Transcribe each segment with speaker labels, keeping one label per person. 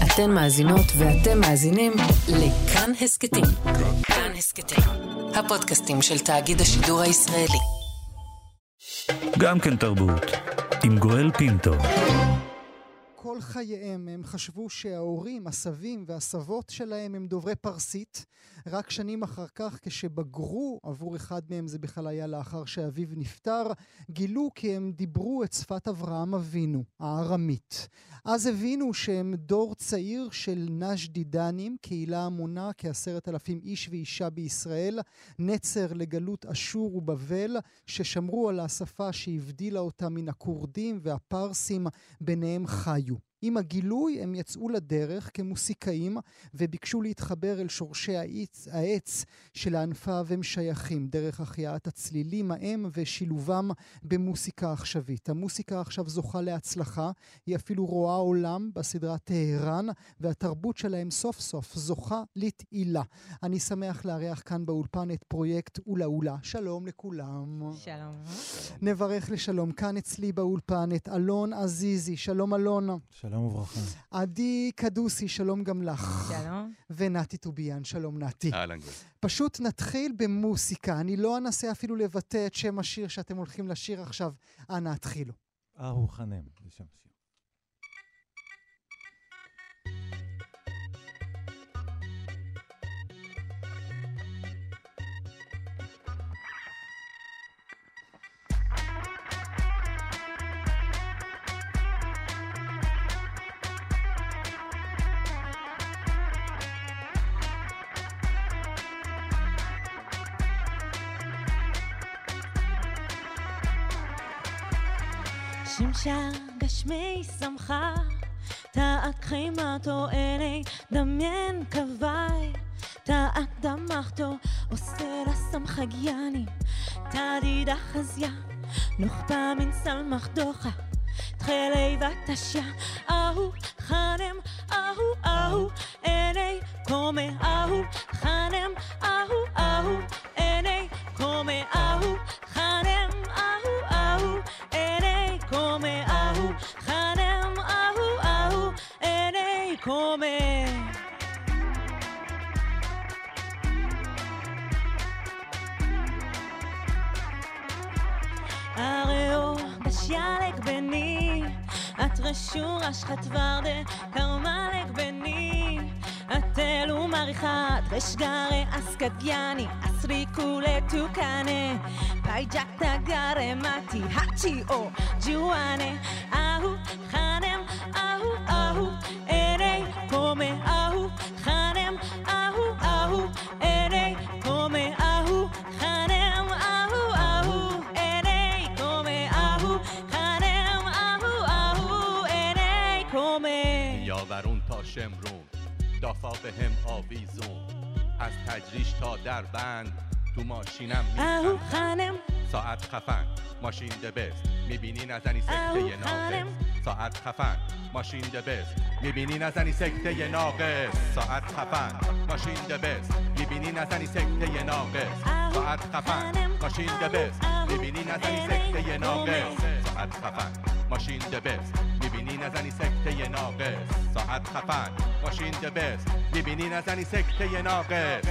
Speaker 1: אתן מאזינות ואתם מאזינים לכאן הסקטים. כאן הסקטים, הפודקאסטים של תאגיד השידור הישראלי.
Speaker 2: גם כן תרבות, עם גואל פינטו.
Speaker 3: כל חייהם הם חשבו שההורים, הסבים והסבות שלהם הם דוברי פרסית. רק שנים אחר כך, כשבגרו, עבור אחד מהם זה בכלל היה לאחר שאביו נפטר, גילו כי הם דיברו את שפת אברהם אבינו, הארמית. אז הבינו שהם דור צעיר של נג'דידנים, קהילה המונה כ10,000 איש ואישה בישראל, נצר לגלות אשור ובבל, ששמרו על השפה שהבדילה אותה מן הכורדים והפרסים, ביניהם חיו. עם הגילוי הם יצאו לדרך כמוסיקאים וביקשו להתחבר אל שורשי העץ שלענפיו הם שייכים, דרך החייאת הצלילים ההם ושילובם במוסיקה עכשווית. המוסיקה עכשיו זוכה להצלחה, היא אפילו רואה עולם בסדרה טהרן, והתרבות שלהם סוף סוף זוכה לתהילה. אני שמח לארח כאן באולפן את פרויקט אולה אולה. שלום לכולם.
Speaker 4: שלום.
Speaker 3: נברך לשלום כאן אצלי באולפן את אלון עזיזי. שלום אלון.
Speaker 5: שלום וברכה.
Speaker 3: עדי קדוסי, שלום גם לך.
Speaker 4: שלום.
Speaker 3: ונתי טוביאן, שלום נתי.
Speaker 6: אהלן גול.
Speaker 3: פשוט נתחיל במוסיקה. אני לא אנסה אפילו לבטא את שם השיר שאתם הולכים לשיר עכשיו. אנא התחילו.
Speaker 5: אהו חנם, זה שם השיר.
Speaker 4: שמשה גשמי שמחה, תעת חימתו עיני דמיין כווי, תעת דמחתו עושה לשמחה גיאני, תדידה חזיה נוחפה מן סלמך דוחה, תחלי ותשיה, אהו חנם, אהו עיני קומה, אהו חנם, אהו עיני קומה, אהו חנם, אהו עיני קומה, אהו חנם, אהו עיני קומה. הראו בשלק בני, את רשור אשחת ורדה קרמלק בני, התל ומריחת רשגרי אסקדיאני, אסרי כולי תוקנה, פייג'קטה גרמתי, הצ'י או ג'ואנה, אהו חנם, אהו עיני קומה, אהו חנם, אהו עיני קומה, אהו חנם, אהו עיני קומה, אהו חנם, אהו עיני קומה.
Speaker 6: یاورون تا شمرون دافا به هم آویزون از تجریش تا در بند تو ماشینم
Speaker 4: اهو
Speaker 6: میخندم
Speaker 4: خانم
Speaker 6: ساعت خفن ماشین دبست میبینی نزنی سکته ناقص ساعت خفن ماشین دبست میبینی نزنی سکته ناقص ساعت خفن ماشین دبست میبینی نزنی سکته ناقص ساعت خفن ماشین دبست میبینی نزنی سکته ناقص ساعت خفن ماشین دبست میبینی نزنی سکته ناقص ساعت خفن ماشین دبست میبینی نزنی سکته ناقص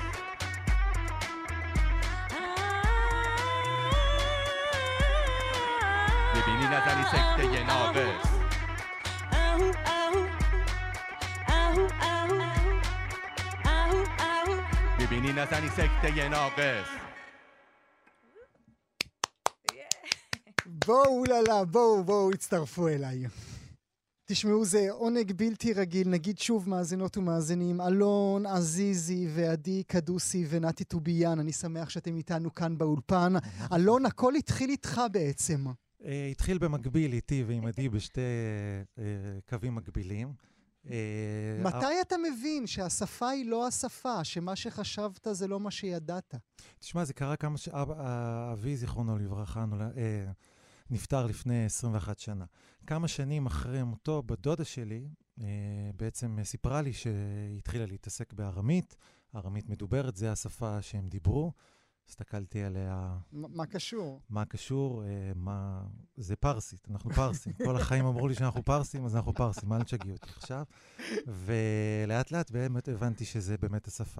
Speaker 6: میبینی نزنی سکته ناقص میبینی نزنی سکته ناقص.
Speaker 3: בואו ללה, בואו הצטרפו אליי. תשמעו, זה עונג בלתי רגיל. נגיד שוב מאזינות ומאזינים, אלון עזיזי ועדי קדוסי ונתי טוביאן, אני שמח שאתם איתנו כאן באולפן. אלון, הכל התחיל איתך בעצם.
Speaker 5: התחיל במקביל איתי ועם עדי בשתי קווים מקבילים.
Speaker 3: מתי אתה מבין שהשפה היא לא השפה, שמה שחשבת זה לא מה שידעת?
Speaker 5: תשמע, זה קרה כמה אבי זיכרונו לברכה נפטר לפני 21 שנה. כמה שנים אחרי מותו, בדודה שלי בעצם סיפרה לי שהיא התחילה להתעסק בארמית. ארמית מדוברת, זה השפה שהם דיברו. הסתכלתי עליה...
Speaker 3: מה קשור?
Speaker 5: מה קשור? זה פרסית, אנחנו פרסים. כל החיים אמרו לי שאנחנו פרסים, אז אנחנו פרסים, מה תשגעי אותי עכשיו? ולאט לאט באמת הבנתי שזה באמת השפה.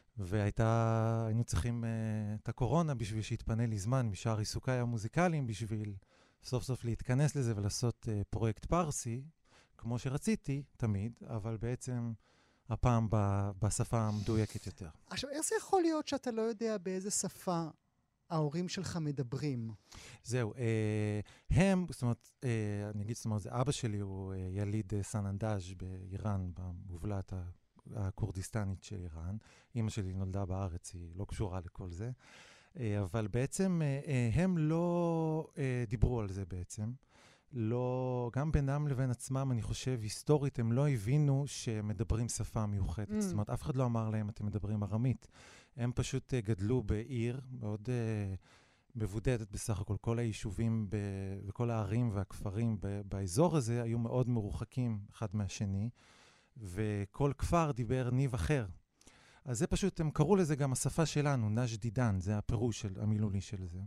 Speaker 5: היינו צריכים את הקורונה בשביל שיתפנה לי זמן משאר עיסוקיי המוזיקליים, בשביל סוף סוף להתכנס לזה ולעשות פרויקט פרסי, כמו שרציתי תמיד, אבל בעצם הפעם בשפה המדויקת יותר.
Speaker 3: עכשיו, איך זה יכול להיות שאתה לא יודע באיזה שפה ההורים שלך מדברים?
Speaker 5: זהו, זאת אומרת, אני אגיד, זאת אומרת, אבא שלי הוא יליד סננדאז' באיראן, במובלעת הקורדיסטנית של איראן. אמא שלי נולדה בארץ, היא לא קשורה לכל זה. אבל בעצם הם לא דיברו על זה בעצם. לא, גם בינם לבין עצמם, אני חושב, היסטורית, הם לא הבינו שמדברים שפה מיוחדת. זאת אומרת, אף אחד לא אמר להם, אתם מדברים ארמית. הם פשוט גדלו בעיר מאוד מבודדת בסך הכל. כל היישובים וכל הערים והכפרים באזור הזה היו מאוד מרוחקים אחד מהשני, וכל כפר דיבר ניב אחר. אז זה פשוט, הם קראו לזה גם השפה שלנו, נג'דידן, זה הפירוש המילולי של זה.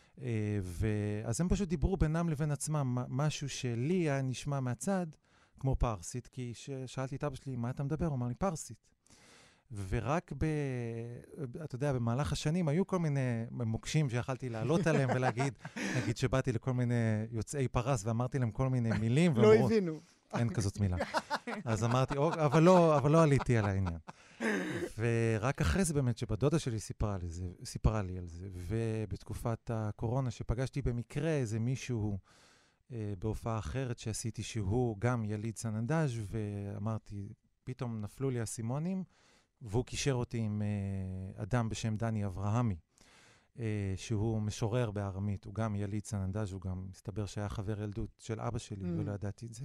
Speaker 5: אז הם פשוט דיברו בינם לבין עצמם, משהו שלי היה נשמע מהצד, כמו פרסית, כי שאלתי את אבא שלי, מה אתה מדבר? הוא אמר לי, פרסית. ורק אתה יודע, במהלך השנים היו כל מיני מוקשים שיכלתי לעלות עליהם ולהגיד, נגיד שבאתי לכל מיני יוצאי פרס ואמרתי להם כל מיני מילים.
Speaker 3: לא הבינו.
Speaker 5: אין כזאת מילה. אז אמרתי, אבל לא עליתי על העניין. ורק אחרי זה באמת שבדודה שלי סיפרה לי על זה, ובתקופת הקורונה שפגשתי במקרה איזה מישהו בהופעה אחרת שעשיתי שהוא גם יליד סננדאז' ואמרתי, פתאום נפלו לי הסימונים, והוא קישר אותי עם אדם בשם דני אברהמי, שהוא משורר בארמית, הוא גם יליד סננדאז', הוא גם מסתבר שהיה חבר ילדות של אבא שלי, ולא ידעתי את זה.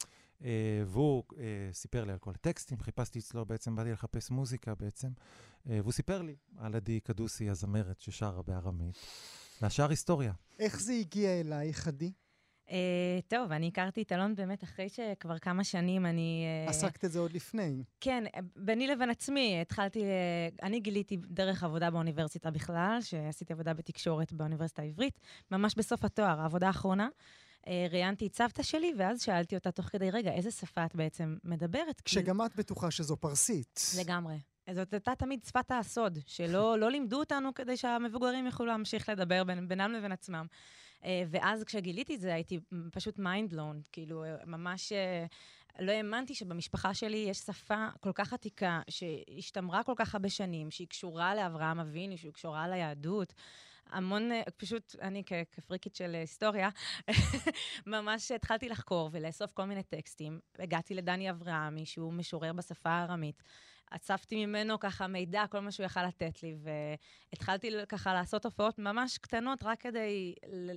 Speaker 5: והוא סיפר לי על כל הטקסטים, חיפשתי אצלו בעצם, באתי לחפש מוזיקה בעצם, והוא סיפר לי על עדי קדוסי, הזמרת ששרה בארמית, והשאר היסטוריה.
Speaker 3: איך זה הגיע אלייך, עדי?
Speaker 4: טוב, אני הכרתי את אלון באמת אחרי שכבר כמה שנים אני...
Speaker 3: עסקת את זה עוד לפני.
Speaker 4: כן, ביני לבין עצמי, אני גיליתי דרך עבודה באוניברסיטה בכלל, שעשיתי עבודה בתקשורת באוניברסיטה העברית, ממש בסוף התואר, העבודה האחרונה, ראיינתי את סבתא שלי, ואז שאלתי אותה תוך כדי, רגע, איזה שפה את בעצם מדברת?
Speaker 3: כשגם את בטוחה שזו פרסית.
Speaker 4: לגמרי. זאת הייתה תמיד שפת הסוד, שלא לימדו אותנו כדי שהמבוגרים יוכלו להמשיך לדבר בינם לבין עצמם. ואז כשגיליתי את זה, הייתי פשוט mind blown, כאילו ממש לא האמנתי שבמשפחה שלי יש שפה כל כך עתיקה, שהשתמרה כל כך הרבה שנים, שהיא קשורה לאברהם אבינו, שהיא קשורה ליהדות, המון, פשוט אני כפריקית של היסטוריה, ממש התחלתי לחקור ולאסוף כל מיני טקסטים. הגעתי לדני אברהמי, שהוא משורר בשפה הארמית. אספתי ממנו ככה מידע, כל מה שהוא יכל לתת לי, והתחלתי ככה לעשות הופעות ממש קטנות, רק כדי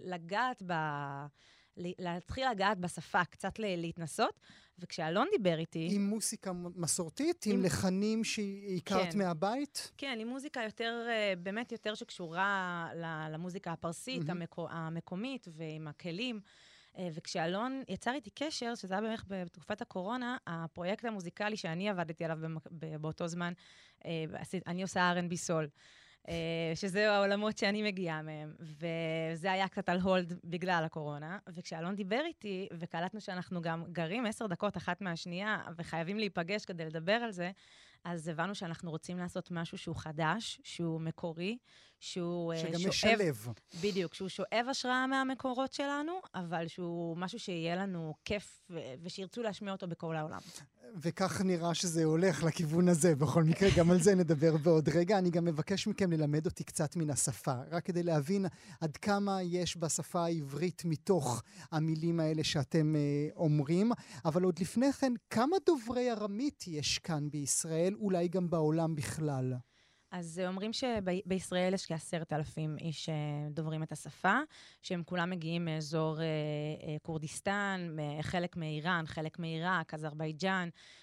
Speaker 4: להתחיל לגעת בשפה, קצת להתנסות. וכשאלון דיבר איתי...
Speaker 3: עם מוסיקה מסורתית? עם לחנים שהכרת מהבית?
Speaker 4: כן, עם מוזיקה יותר, באמת יותר שקשורה למוזיקה הפרסית, המקומית, ועם הכלים. וכשאלון יצר איתי קשר, שזה היה באמת בתקופת הקורונה, הפרויקט המוזיקלי שאני עבדתי עליו באותו זמן, אני עושה R&B סול. שזה העולמות שאני מגיעה מהם, וזה היה קצת על הולד בגלל הקורונה, וכשאלון דיבר איתי, וקלטנו שאנחנו גם גרים 10 דקות אחת מהשנייה, וחייבים להיפגש כדי לדבר על זה, אז הבנו שאנחנו רוצים לעשות משהו שהוא חדש, שהוא מקורי, שהוא
Speaker 3: שגם משלב.
Speaker 4: בדיוק, שהוא שואב השראה מהמקורות שלנו, אבל שהוא משהו שיהיה לנו כיף, ושירצו להשמיע אותו בכל העולם.
Speaker 3: וכך נראה שזה הולך לכיוון הזה. בכל מקרה, גם על זה נדבר בעוד רגע. אני גם מבקש מכם ללמד אותי קצת מן השפה, רק כדי להבין עד כמה יש בשפה העברית מתוך המילים האלה שאתם אומרים. אבל עוד לפני כן, כמה דוברי ארמית יש כאן בישראל, אולי גם בעולם בכלל?
Speaker 4: אז אומרים שבישראל יש כ10,000 איש דוברים את השפה, שהם כולם מגיעים מאזור קורדיסטן, חלק מאיראן, חלק מעיראק, אזרבייג'אן,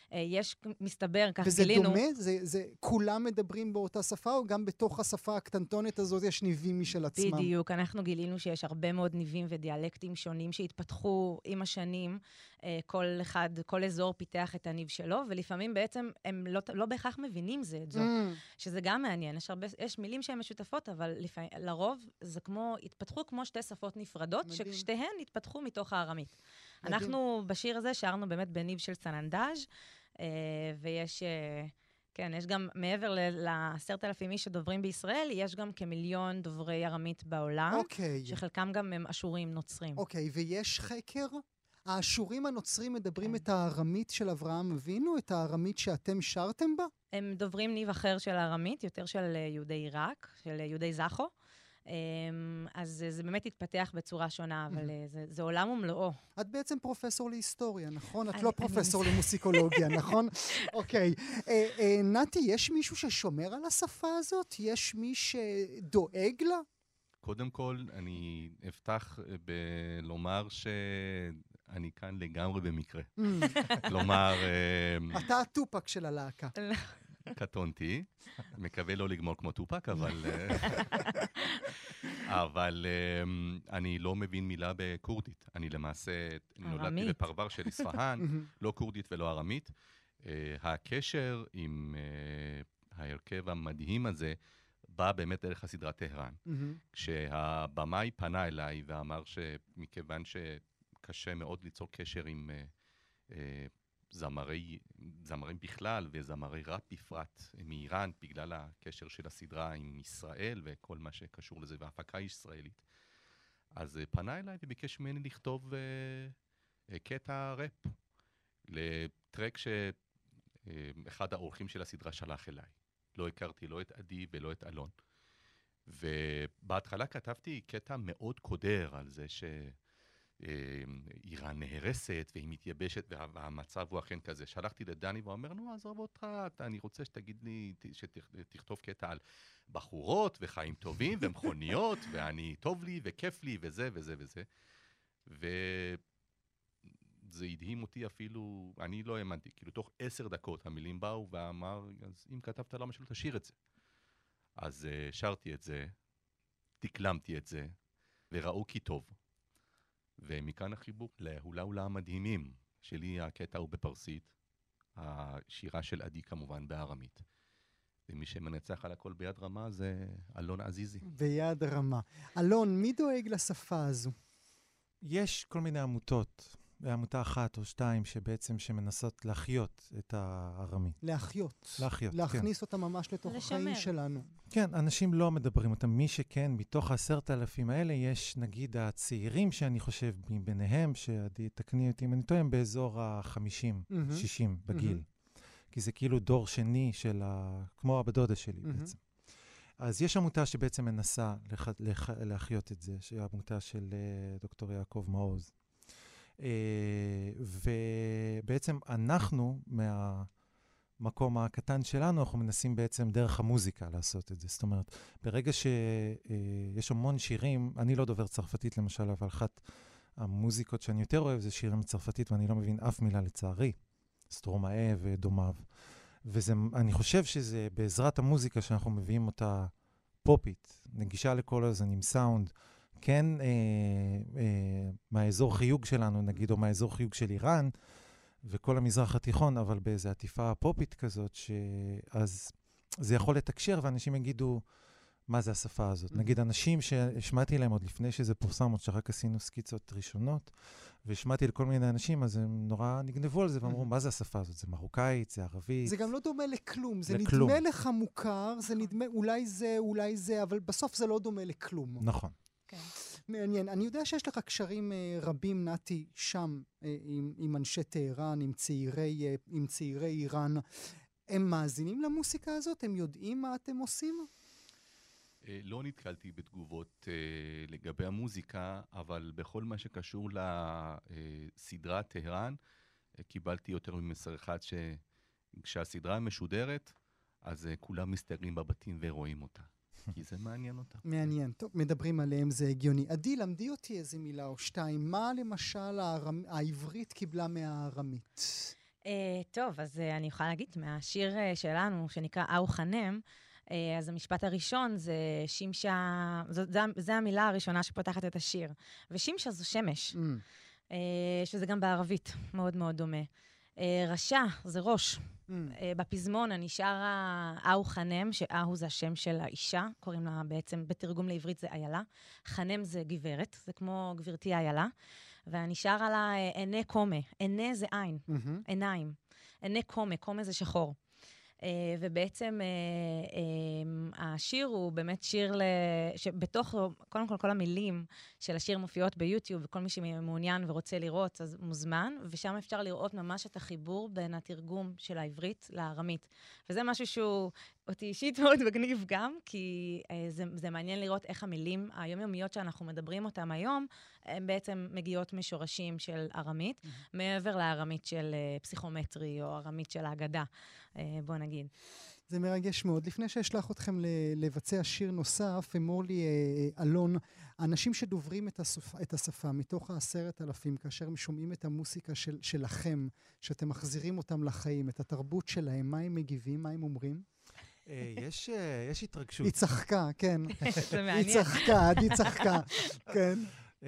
Speaker 4: יש, מסתבר, כך
Speaker 3: וזה
Speaker 4: גילינו...
Speaker 3: דומה? זה כולם מדברים באותה שפה, או גם בתוך השפה הקטנטונת הזאת יש ניבים משל עצמם?
Speaker 4: בדיוק, אנחנו גילינו שיש הרבה מאוד ניבים ודיאלקטים שונים שהתפתחו עם השנים. כל אזור פיתח את הניב שלו, ולפעמים בעצם הם לא בהכרח מבינים זה את זו. שזה גם מעניין. יש מילים שהן משותפות, אבל לרוב זה התפתחו כמו שתי שפות נפרדות, ששתיהן התפתחו מתוך הארמית. אנחנו בשיר הזה שרנו באמת בניב של סננדאז', ויש... כן, יש גם, מעבר ל10,000 איש שדוברים בישראל, יש גם כמיליון דוברי ארמית בעולם, שחלקם גם הם אשורים נוצרים.
Speaker 3: אוקיי, ויש חקר? האשורים הנוצרים מדברים את הארמית של אברהם אבינו, את הארמית שאתם שרתם בה?
Speaker 4: הם דוברים ניב אחר של הארמית, יותר של יהודי עיראק, של יהודי זכו. אז זה באמת התפתח בצורה שונה, אבל זה עולם ומלואו.
Speaker 3: את בעצם פרופסור להיסטוריה, נכון? את לא פרופסור למוסיקולוגיה, נכון? אוקיי. נתי, יש מישהו ששומר על השפה הזאת? יש מי שדואג לה?
Speaker 6: קודם כל, אני אפתח בלומר שאני כאן לגמרי במקרה. כלומר...
Speaker 3: אתה הטופק של הלהקה.
Speaker 6: קטונתי, מקווה לא לגמור כמו טופק, אבל אני לא מבין מילה בקורדית. אני למעשה נולדתי בפרבר של אספהאן, לא קורדית ולא ארמית. הקשר עם ההרכב המדהים הזה בא באמת דרך הסדרה טהרן. כשהבמאי פנה אליי ואמר שמכיוון שקשה מאוד ליצור קשר עם זמרים בכלל וזמרי ראפ בפרט מאיראן, בגלל הקשר של הסדרה עם ישראל וכל מה שקשור לזה, וההפקה ישראלית. אז פנה אליי וביקש ממני לכתוב קטע ראפ לטרק שאחד האורחים של הסדרה שלח אליי. לא הכרתי לא את עדי ולא את אלון. ובהתחלה כתבתי קטע מאוד קודר על זה איראן נהרסת והיא מתייבשת והמצב הוא אכן כזה. שלחתי לדני ואומר, נו, עזוב אותך, אני רוצה שתגיד לי, שתכתוב קטע על בחורות וחיים טובים ומכוניות ואני טוב לי וכיף לי וזה וזה וזה. וזה הדהים אותי אפילו, אני לא האמנתי, כאילו תוך 10 דקות המילים באו ואמר, אז אם כתבת למה שלא תשאיר את זה. אז שרתי את זה, תקלמתי את זה וראו כי טוב. ומכאן החיבור להולה המדהימים שלי, הקטע הוא בפרסית, השירה של עדי כמובן בארמית. ומי שמנצח על הכל ביד רמה זה אלון עזיזי.
Speaker 3: ביד רמה. אלון, מי דואג לשפה הזו?
Speaker 5: יש כל מיני עמותות, עמותה 1 או 2 שבעצם שמנסות להחיות את הארמית.
Speaker 3: להחיות,
Speaker 5: להכניס
Speaker 3: אותה ממש לתוך החיים שלנו.
Speaker 5: כן, אנשים לא מדברים אותם. מי שכן, מתוך 10,000 האלה יש נגיד הצעירים שאני חושב מביניהם, שעדי תקני אותי אם אני טועה, באזור ה-50, 60 בגיל. כי זה כאילו דור שני של כמו הבדודה שלי בעצם. אז יש עמותה שבעצם מנסה להחיות את זה, שהיא עמותה של דוקטור יעקב מעוז. ובעצם אנחנו, מהמקום הקטן שלנו, אנחנו מנסים בעצם דרך המוזיקה לעשות את זה. זאת אומרת, ברגע שיש המון שירים, אני לא דובר צרפתית למשל, אבל אחת המוזיקות שאני יותר אוהב זה שירים צרפתית, ואני לא מבין אף מילה לצערי. סטרומאה ודומיו. ואני חושב שזה בעזרת המוזיקה שאנחנו מביאים אותה פופית, נגישה לכל הזנים, סאונד, כן מהאזור חיוג שלנו, נגיד, או מהאזור חיוג של איראן, וכל המזרח התיכון, אבל באיזו עטיפה פופית כזאת, אז זה יכול לתקשר, ואנשים יגידו, מה זה השפה הזאת? נגיד, אנשים שהשמעתי להם עוד לפני שזה פורסם, עוד שרק עשינו סקיצות ראשונות, והשמעתי לכל מיני אנשים, אז הם נורא נגנבו על זה, ואמרו, מה זה השפה הזאת? זה מרוקאית, זה ערבית.
Speaker 3: זה גם לא דומה לכלום. זה נדמה לך מוכר, זה נדמה, אולי זה, אבל בסוף זה לא דומה לכלום.
Speaker 5: נכון.
Speaker 3: מעניין. אני יודע שיש לך קשרים רבים, נתי, שם, עם אנשי טהרן, עם צעירי איראן. הם מאזינים למוסיקה הזאת? הם יודעים מה אתם עושים?
Speaker 6: לא נתקלתי בתגובות לגבי המוזיקה, אבל בכל מה שקשור לסדרה טהרן, קיבלתי יותר ממסר אחד שכשהסדרה משודרת, אז כולם מסתגרים בבתים ורואים אותה. כי זה מעניין אותה.
Speaker 3: מעניין. טוב, מדברים עליהם, זה הגיוני. עדי, למדי אותי איזה מילה או שתיים. מה למשל העברית קיבלה מהארמית?
Speaker 4: טוב, אז אני יכולה להגיד, מהשיר שלנו, שנקרא אהו חנם, אז המשפט הראשון זה שימשה, זה המילה הראשונה שפותחת את השיר. ושימשה זו שמש, שזה גם בערבית, מאוד מאוד דומה. רשע זה ראש. בפזמון אני שרה אהו חנם, שאהו זה השם של האישה, קוראים לה בעצם, בתרגום לעברית זה איילה. חנם זה גברת, זה כמו גברתי איילה. ואני שרה לה עיני קומה. עיני זה עין, עיניים. עיני קומה, קומה זה שחור. ובעצם השיר הוא באמת שיר שבתוך, קודם כל המילים של השיר מופיעות ביוטיוב, וכל מי שמעוניין ורוצה לראות, אז מוזמן, ושם אפשר לראות ממש את החיבור בין התרגום של העברית לארמית. וזה משהו שהוא אותי אישית מאוד מגניב גם, כי זה מעניין לראות איך המילים היומיומיות שאנחנו מדברים אותם היום, הן בעצם מגיעות משורשים של ארמית, מעבר לארמית של פסיכומטרי או ארמית של ההגדה, בוא נגיד.
Speaker 3: זה מרגש מאוד. לפני שאשלח אתכם לבצע שיר נוסף, אמור לי אלון, האנשים שדוברים את השפה מתוך 10,000, כאשר הם שומעים את המוסיקה שלכם, שאתם מחזירים אותם לחיים, את התרבות שלהם, מה הם מגיבים, מה הם אומרים?
Speaker 5: יש התרגשות.
Speaker 3: היא צחקה, כן.
Speaker 4: זה מעניין.
Speaker 3: היא צחקה, כן.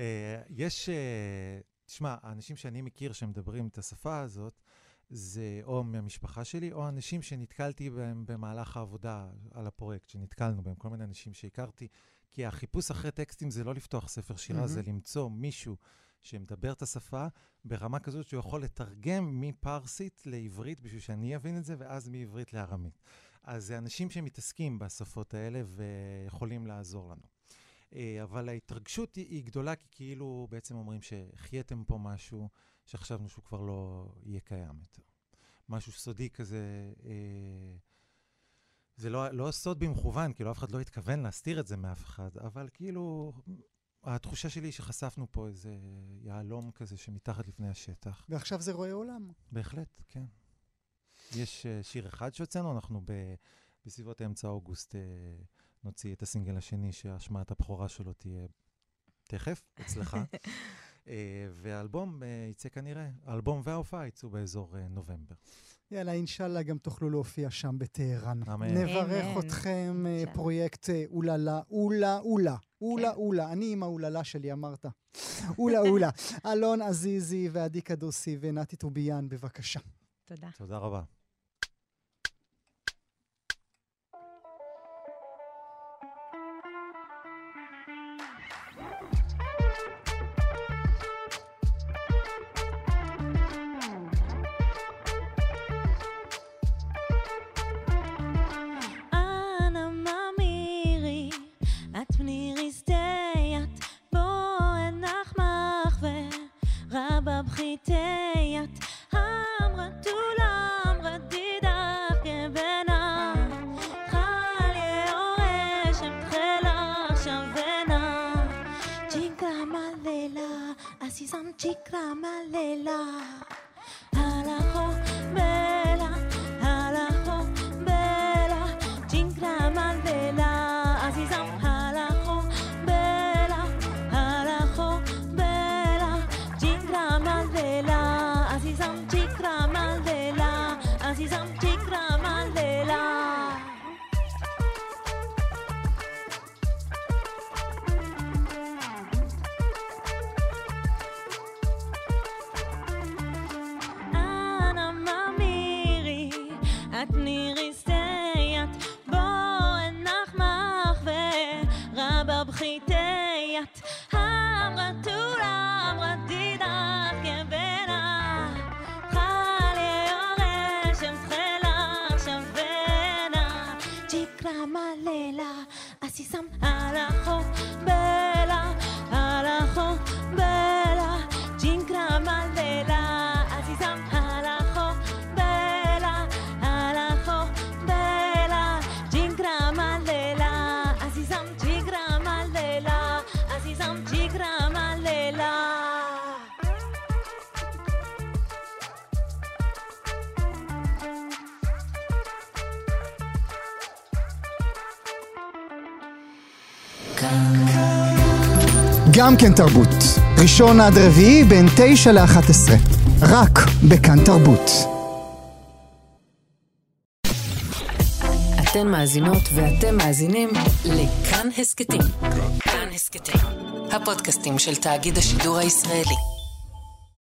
Speaker 5: תשמע, האנשים שאני מכיר שמדברים את השפה הזאת, זה או מהמשפחה שלי, או אנשים שנתקלתי בהם במהלך העבודה על הפרויקט, שנתקלנו בהם, כל מיני אנשים שהכרתי, כי החיפוש אחרי טקסטים זה לא לפתוח ספר שירה, זה למצוא מישהו שמדבר את השפה ברמה כזאת שהוא יכול לתרגם מפרסית לעברית, בשביל שאני אבין את זה, ואז מעברית לארמית. אז זה אנשים שמתעסקים בשפות האלה ויכולים לעזור לנו. אבל ההתרגשות היא גדולה, כי כאילו בעצם אומרים שחייתם פה משהו שחשבנו שהוא כבר לא יהיה קיים יותר. משהו סודי כזה, זה לא סוד במכוון, כאילו אף אחד לא התכוון להסתיר את זה מאף אחד, אבל כאילו התחושה שלי היא שחשפנו פה איזה יעלום כזה שמתחת לפני השטח.
Speaker 3: ועכשיו זה רואה עולם.
Speaker 5: בהחלט, כן. יש שיר אחד שהוצאנו, אנחנו בסביבות אמצע אוגוסט נוציא את הסינגל השני, שהשמעת הבכורה שלו תהיה תכף, אצלך. והאלבום יצא כנראה, האלבום וההופעה יצאו באזור נובמבר.
Speaker 3: יאללה, אינשאללה גם תוכלו להופיע שם בטהרן.
Speaker 5: אמן.
Speaker 3: נברך אתכם, פרויקט אוללה, אולה. אני עם האוללה שלי, אמרת. אולה. אלון עזיזי ועדי קדוסי ונתי טוביאן, בבקשה.
Speaker 4: תודה.
Speaker 5: תודה רבה.
Speaker 3: גם כן תרבות, ראשון עד רביעי בין 9 ל-11, רק בכאן תרבות.
Speaker 1: אתן מאזינות ואתם מאזינים לכאן הסקטים. כאן הסקטים, הפודקאסטים של תאגיד השידור הישראלי.